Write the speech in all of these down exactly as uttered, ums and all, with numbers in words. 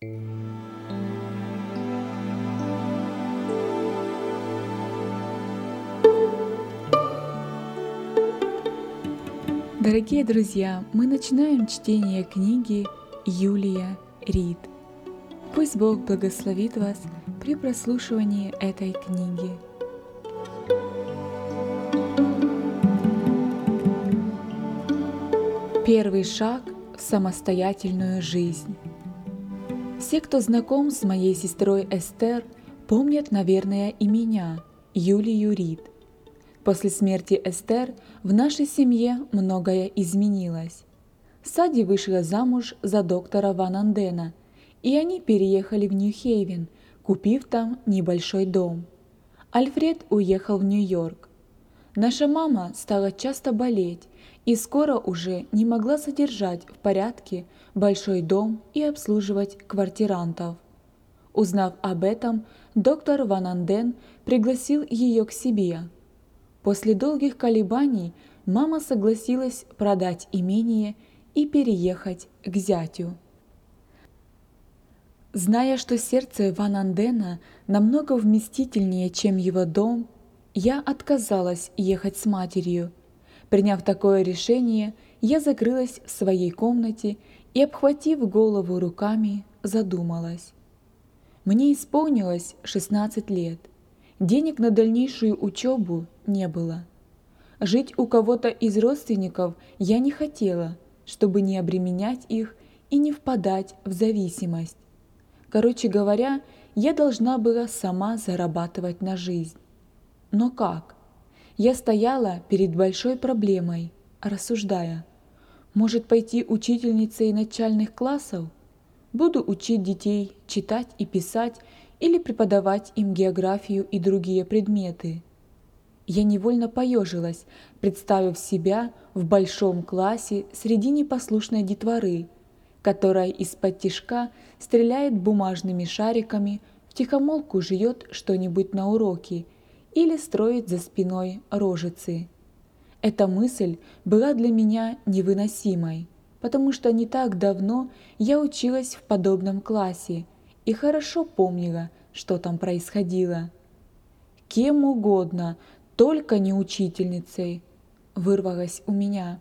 Дорогие друзья, мы начинаем чтение книги Юлия Рид. Пусть Бог благословит вас при прослушивании этой книги. Первый шаг в самостоятельную жизнь. Все, кто знаком с моей сестрой Эстер, помнят, наверное, и меня, Юлию Рид. После смерти Эстер в нашей семье многое изменилось. Сади вышла замуж за доктора Ван Андена, и они переехали в Нью-Хейвен, купив там небольшой дом. Альфред уехал в Нью-Йорк. Наша мама стала часто болеть и скоро уже не могла содержать в порядке большой дом и обслуживать квартирантов. Узнав об этом, доктор Ван Анден пригласил ее к себе. После долгих колебаний мама согласилась продать имение и переехать к зятю. Зная, что сердце Ван Андена намного вместительнее, чем его дом, я отказалась ехать с матерью. Приняв такое решение, я закрылась в своей комнате и, обхватив голову руками, задумалась. Мне исполнилось шестнадцать лет. Денег на дальнейшую учебу не было. Жить у кого-то из родственников я не хотела, чтобы не обременять их и не впадать в зависимость. Короче говоря, я должна была сама зарабатывать на жизнь. Но как? Я стояла перед большой проблемой, рассуждая: может, пойти учительницей начальных классов? Буду учить детей читать и писать или преподавать им географию и другие предметы. Я невольно поежилась, представив себя в большом классе среди непослушной детворы, которая из-под тишка стреляет бумажными шариками, втихомолку жует что-нибудь на уроке или строит за спиной рожицы. Эта мысль была для меня невыносимой, потому что не так давно я училась в подобном классе и хорошо помнила, что там происходило. «Кем угодно, только не учительницей», вырвалось у меня.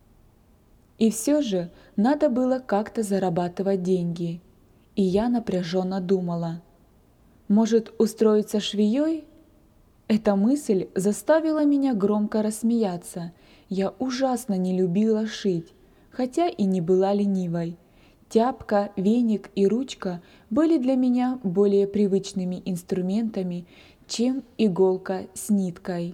И все же надо было как-то зарабатывать деньги, и я напряженно думала: может, устроиться швеей? Эта мысль заставила меня громко рассмеяться. Я ужасно не любила шить, хотя и не была ленивой. Тяпка, веник и ручка были для меня более привычными инструментами, чем иголка с ниткой.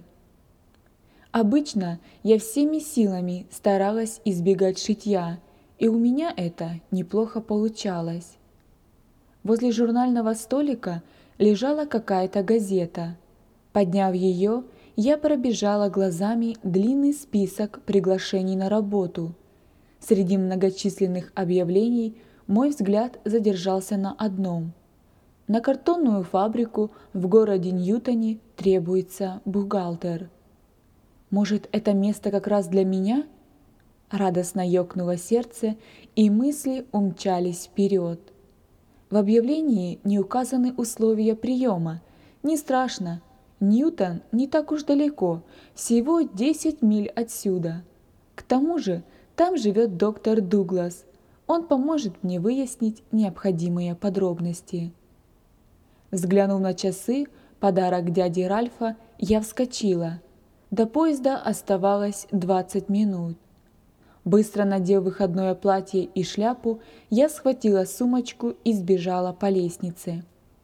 Обычно я всеми силами старалась избегать шитья, и у меня это неплохо получалось. Возле журнального столика лежала какая-то газета. Подняв ее, я пробежала глазами длинный список приглашений на работу. Среди многочисленных объявлений мой взгляд задержался на одном. На картонную фабрику в городе Ньютоне требуется бухгалтер. Может, это место как раз для меня? Радостно ёкнуло сердце, и мысли умчались вперед. В объявлении не указаны условия приема. Не страшно. Ньютон не так уж далеко, всего десять миль отсюда. К тому же там живет доктор Дуглас. Он поможет мне выяснить необходимые подробности. Взглянув на часы, подарок дяди Ральфа, я вскочила. До поезда оставалось двадцать минут. Быстро надев выходное платье и шляпу, я схватила сумочку и сбежала по лестнице.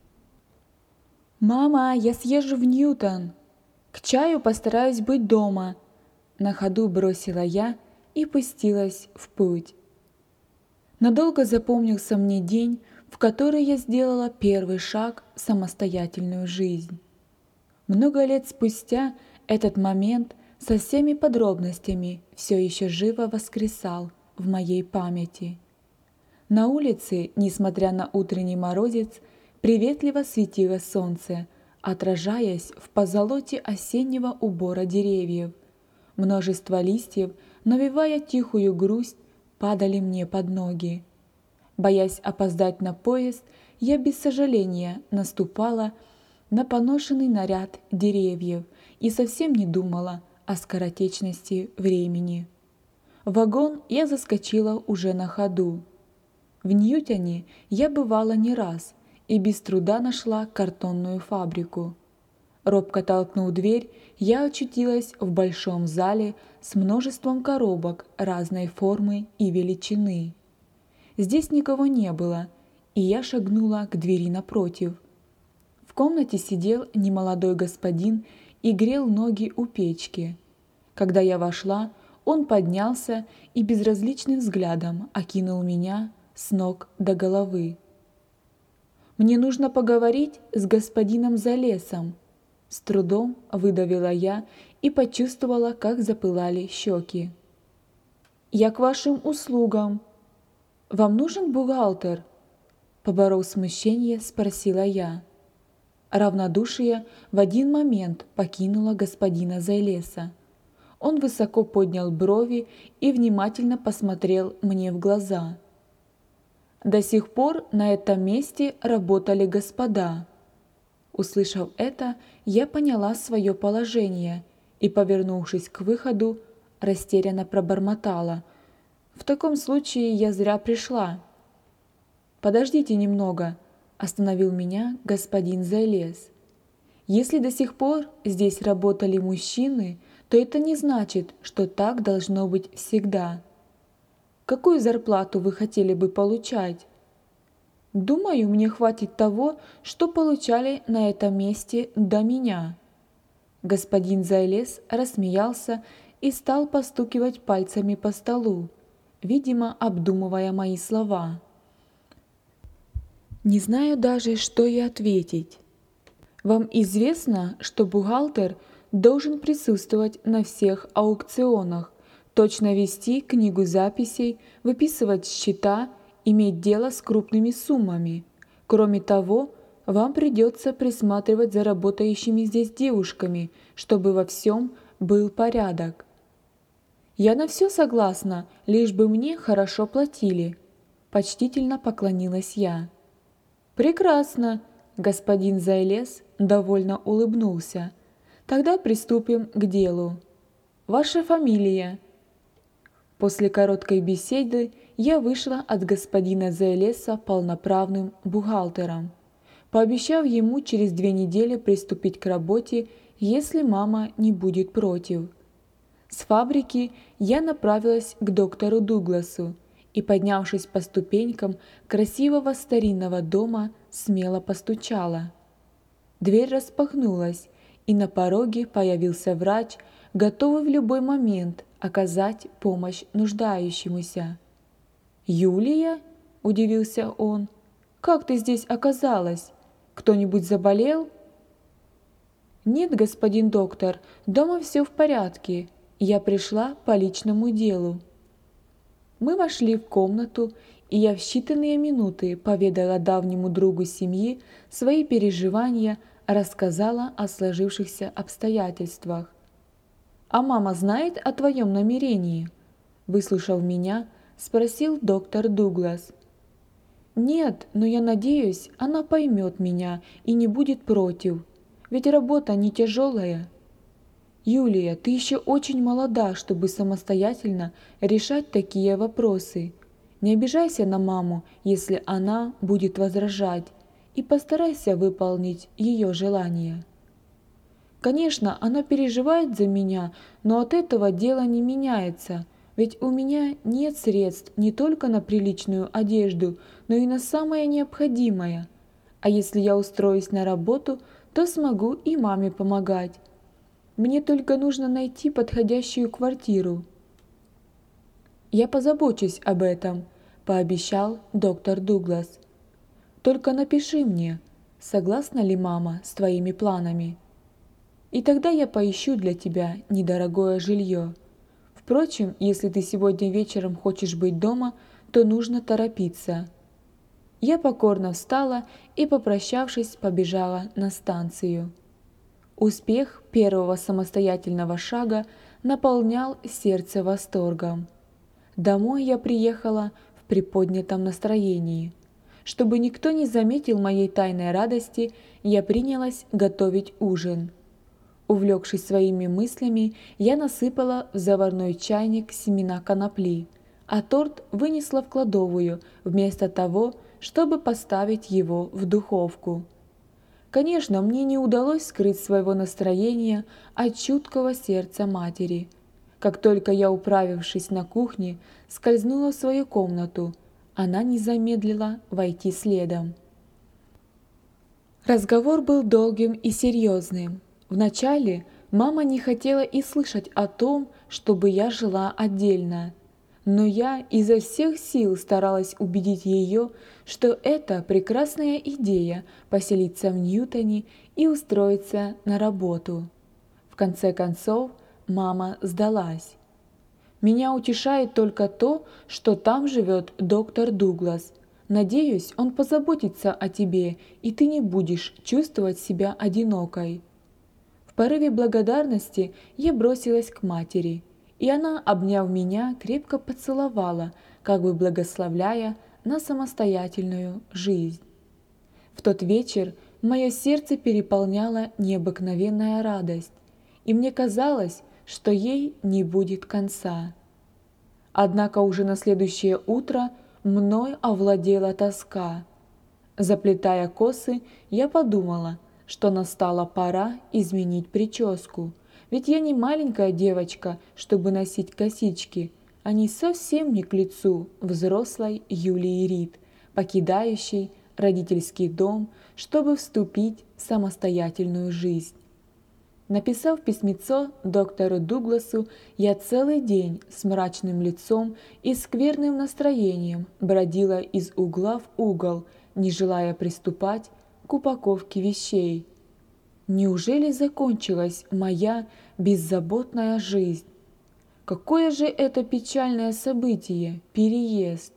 «Мама, я съезжу в Ньютон! К чаю постараюсь быть дома!» На ходу бросила я и пустилась в путь. Надолго запомнился мне день, в который я сделала первый шаг в самостоятельную жизнь. Много лет спустя этот момент со всеми подробностями все еще живо воскресал в моей памяти. На улице, несмотря на утренний морозец, приветливо светило солнце, отражаясь в позолоте осеннего убора деревьев. Множество листьев, навевая тихую грусть, падали мне под ноги. Боясь опоздать на поезд, я без сожаления наступала на поношенный наряд деревьев и совсем не думала о скоротечности времени. В вагон я заскочила уже на ходу. В Ньютоне я бывала не раз и без труда нашла картонную фабрику. Робко толкнув дверь, я очутилась в большом зале с множеством коробок разной формы и величины. Здесь никого не было, и я шагнула к двери напротив. В комнате сидел немолодой господин и грел ноги у печки. Когда я вошла, он поднялся и безразличным взглядом окинул меня с ног до головы. «Мне нужно поговорить с господином Залесом», — с трудом выдавила я и почувствовала, как запылали щеки. «Я к вашим услугам. Вам нужен бухгалтер?» Поборов смущение, спросила я. Равнодушие в один момент покинуло господина Зайлеса. Он высоко поднял брови и внимательно посмотрел мне в глаза. «До сих пор на этом месте работали господа». Услышав это, я поняла свое положение и, повернувшись к выходу, растерянно пробормотала: «В таком случае я зря пришла». «Подождите немного», — остановил меня господин Зайлес. «Если до сих пор здесь работали мужчины, то это не значит, что так должно быть всегда. Какую зарплату вы хотели бы получать?» «Думаю, мне хватит того, что получали на этом месте до меня». Господин Зайлес рассмеялся и стал постукивать пальцами по столу, видимо, обдумывая мои слова. Не знаю даже, что и ответить. «Вам известно, что бухгалтер должен присутствовать на всех аукционах, точно вести книгу записей, выписывать счета, иметь дело с крупными суммами. Кроме того, вам придется присматривать за работающими здесь девушками, чтобы во всем был порядок». «Я на все согласна, лишь бы мне хорошо платили», — почтительно поклонилась я. «Прекрасно», — господин Зайлес довольно улыбнулся. «Тогда приступим к делу. Ваша фамилия?» После короткой беседы я вышла от господина Зайлеса полноправным бухгалтером, пообещав ему через две недели приступить к работе, если мама не будет против. С фабрики я направилась к доктору Дугласу и, поднявшись по ступенькам красивого старинного дома, смело постучала. Дверь распахнулась, и на пороге появился врач, готовый в любой момент оказать помощь нуждающемуся. «Юлия?» – удивился он. «Как ты здесь оказалась? Кто-нибудь заболел?» «Нет, господин доктор, дома все в порядке. Я пришла по личному делу». Мы вошли в комнату, и я в считанные минуты поведала давнему другу семьи свои переживания, рассказала о сложившихся обстоятельствах. «А мама знает о твоем намерении?» Выслушав меня, спросил доктор Дуглас. «Нет, но я надеюсь, она поймет меня и не будет против, ведь работа не тяжелая». «Юлия, ты еще очень молода, чтобы самостоятельно решать такие вопросы. Не обижайся на маму, если она будет возражать, и постарайся выполнить ее желание». «Конечно, она переживает за меня, но от этого дело не меняется, ведь у меня нет средств не только на приличную одежду, но и на самое необходимое. А если я устроюсь на работу, то смогу и маме помогать. Мне только нужно найти подходящую квартиру». «Я позабочусь об этом», – пообещал доктор Дуглас. «Только напиши мне, согласна ли мама с твоими планами. И тогда я поищу для тебя недорогое жилье. Впрочем, если ты сегодня вечером хочешь быть дома, то нужно торопиться». Я покорно встала и, попрощавшись, побежала на станцию. Успех первого самостоятельного шага наполнял сердце восторгом. Домой я приехала в приподнятом настроении. Чтобы никто не заметил моей тайной радости, я принялась готовить ужин. Увлекшись своими мыслями, я насыпала в заварной чайник семена конопли, а торт вынесла в кладовую вместо того, чтобы поставить его в духовку. Конечно, мне не удалось скрыть своего настроения от чуткого сердца матери. Как только я, управившись на кухне, скользнула в свою комнату, она не замедлила войти следом. Разговор был долгим и серьезным. Вначале мама не хотела и слышать о том, чтобы я жила отдельно. Но я изо всех сил старалась убедить ее, что это прекрасная идея поселиться в Ньютоне и устроиться на работу. В конце концов, мама сдалась. Меня утешает только то, что там живет доктор Дуглас. Надеюсь, он позаботится о тебе, и ты не будешь чувствовать себя одинокой. В порыве благодарности я бросилась к матери, и она, обняв меня, крепко поцеловала, как бы благословляя на самостоятельную жизнь. В тот вечер мое сердце переполняла необыкновенная радость, и мне казалось, что ей не будет конца. Однако уже на следующее утро мной овладела тоска. Заплетая косы, я подумала, что настала пора изменить прическу, ведь я не маленькая девочка, чтобы носить косички, они совсем не к лицу взрослой Юлии Рид, покидающей родительский дом, чтобы вступить в самостоятельную жизнь. Написав письмецо доктору Дугласу, я целый день с мрачным лицом и скверным настроением бродила из угла в угол, не желая приступать к упаковке вещей. Неужели закончилась моя беззаботная жизнь? Какое же это печальное событие – переезд!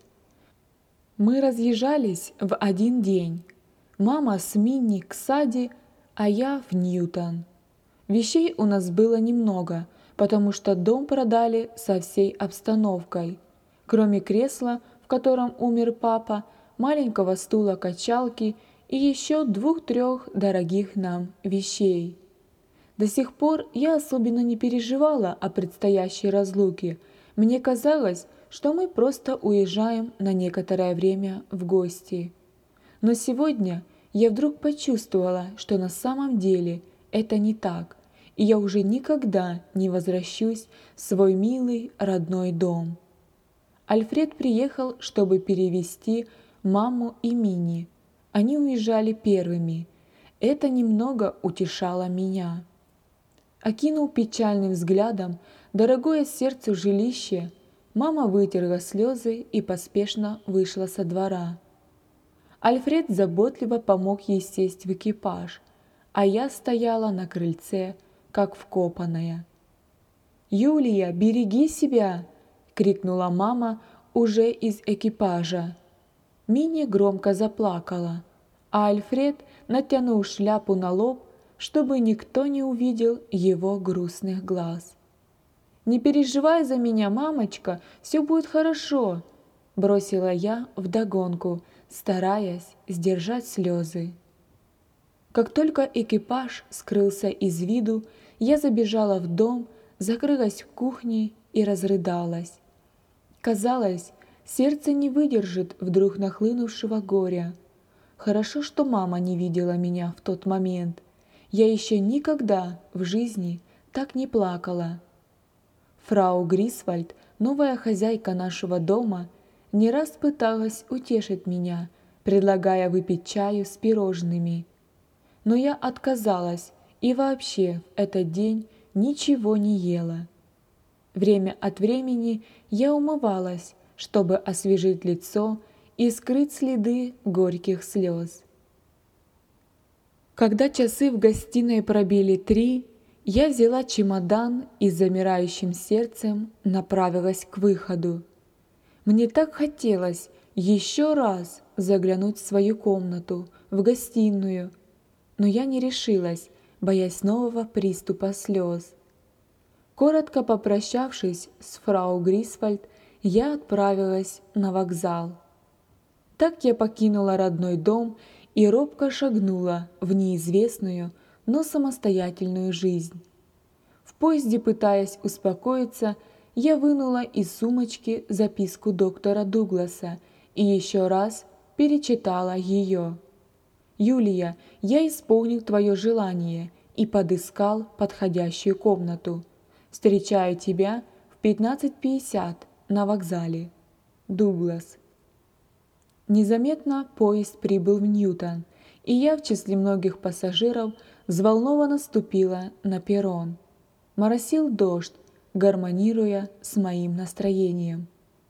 Мы разъезжались в один день. Мама с Минни к Сади, а я в Ньютон. Вещей у нас было немного, потому что дом продали со всей обстановкой. Кроме кресла, в котором умер папа, маленького стула-качалки и еще двух-трех дорогих нам вещей. До сих пор я особенно не переживала о предстоящей разлуке. Мне казалось, что мы просто уезжаем на некоторое время в гости. Но сегодня я вдруг почувствовала, что на самом деле это не так, и я уже никогда не возвращусь в свой милый родной дом. Альфред приехал, чтобы перевезти маму и Минни. Они уезжали первыми. Это немного утешало меня. Окинув печальным взглядом дорогое сердцу жилище, мама вытерла слезы и поспешно вышла со двора. Альфред заботливо помог ей сесть в экипаж, а я стояла на крыльце, как вкопанная. «Юлия, береги себя!» — крикнула мама уже из экипажа. Минни громко заплакала, а Альфред натянул шляпу на лоб, чтобы никто не увидел его грустных глаз. «Не переживай за меня, мамочка, все будет хорошо!» — бросила я вдогонку, стараясь сдержать слезы. Как только экипаж скрылся из виду, я забежала в дом, закрылась в кухне и разрыдалась. Казалось, сердце не выдержит вдруг нахлынувшего горя. Хорошо, что мама не видела меня в тот момент. Я еще никогда в жизни так не плакала. Фрау Грисвальд, новая хозяйка нашего дома, не раз пыталась утешить меня, предлагая выпить чаю с пирожными. Но я отказалась и вообще в этот день ничего не ела. Время от времени я умывалась, чтобы освежить лицо и скрыть следы горьких слез. Когда часы в гостиной пробили три, я взяла чемодан и с замирающим сердцем направилась к выходу. Мне так хотелось еще раз заглянуть в свою комнату, в гостиную, но я не решилась, боясь нового приступа слез. Коротко попрощавшись с фрау Грисвальд, я отправилась на вокзал. Так я покинула родной дом и робко шагнула в неизвестную, но самостоятельную жизнь. В поезде, пытаясь успокоиться, я вынула из сумочки записку доктора Дугласа и еще раз перечитала ее. «Юлия, я исполнил твое желание и подыскал подходящую комнату. Встречаю тебя в пятнадцать пятьдесят на вокзале. Дуглас». Незаметно поезд прибыл в Ньютон, и я в числе многих пассажиров взволнованно ступила на перрон. Моросил дождь, гармонируя с моим настроением.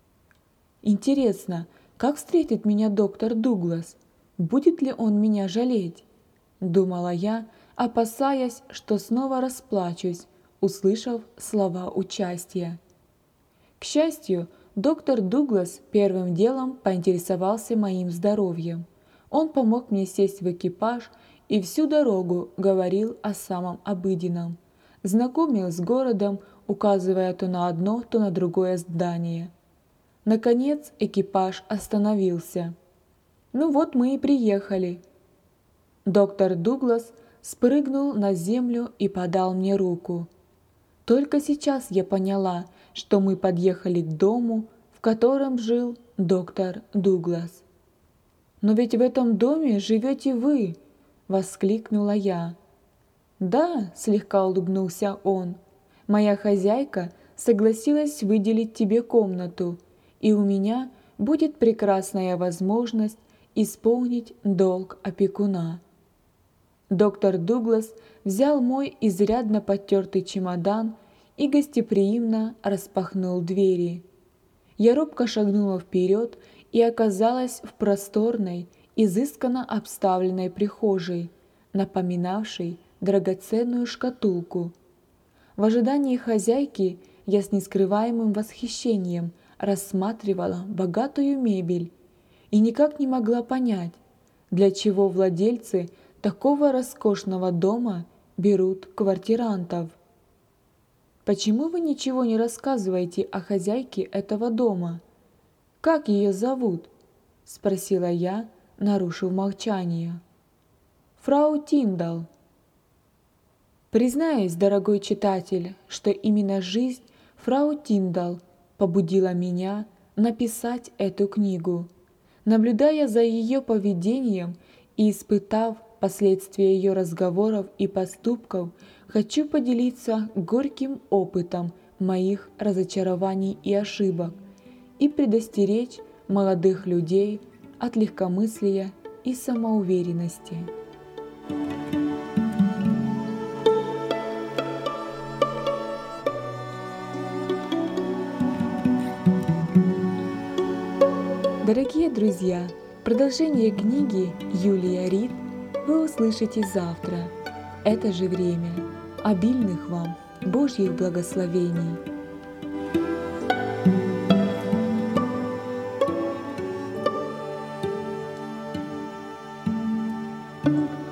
Интересно, как встретит меня доктор Дуглас? Будет ли он меня жалеть? Думала я, опасаясь, что снова расплачусь, услышав слова участия. К счастью, доктор Дуглас первым делом поинтересовался моим здоровьем. Он помог мне сесть в экипаж и всю дорогу говорил о самом обыденном. Знакомил с городом, указывая то на одно, то на другое здание. Наконец экипаж остановился. «Ну вот мы и приехали». Доктор Дуглас спрыгнул на землю и подал мне руку. Только сейчас я поняла, что мы подъехали к дому, в котором жил доктор Дуглас. «Но ведь в этом доме живете вы!» — воскликнула я. «Да», — слегка улыбнулся он, — «моя хозяйка согласилась выделить тебе комнату, и у меня будет прекрасная возможность исполнить долг опекуна». Доктор Дуглас взял мой изрядно потертый чемодан и гостеприимно распахнул двери. Я робко шагнула вперед и оказалась в просторной, изысканно обставленной прихожей, напоминавшей драгоценную шкатулку. В ожидании хозяйки я с нескрываемым восхищением рассматривала богатую мебель и никак не могла понять, для чего владельцы такого роскошного дома берут квартирантов. «Почему вы ничего не рассказываете о хозяйке этого дома? Как ее зовут?» — спросила я, нарушив молчание. «Фрау Тиндал». Признаюсь, дорогой читатель, что именно жизнь фрау Тиндал побудила меня написать эту книгу. Наблюдая за ее поведением и испытав последствия ее разговоров и поступков, хочу поделиться горьким опытом моих разочарований и ошибок и предостеречь молодых людей от легкомыслия и самоуверенности. Дорогие друзья, продолжение книги Юлия Рид вы услышите завтра. Это же время. Обильных вам Божьих благословений! Thank you.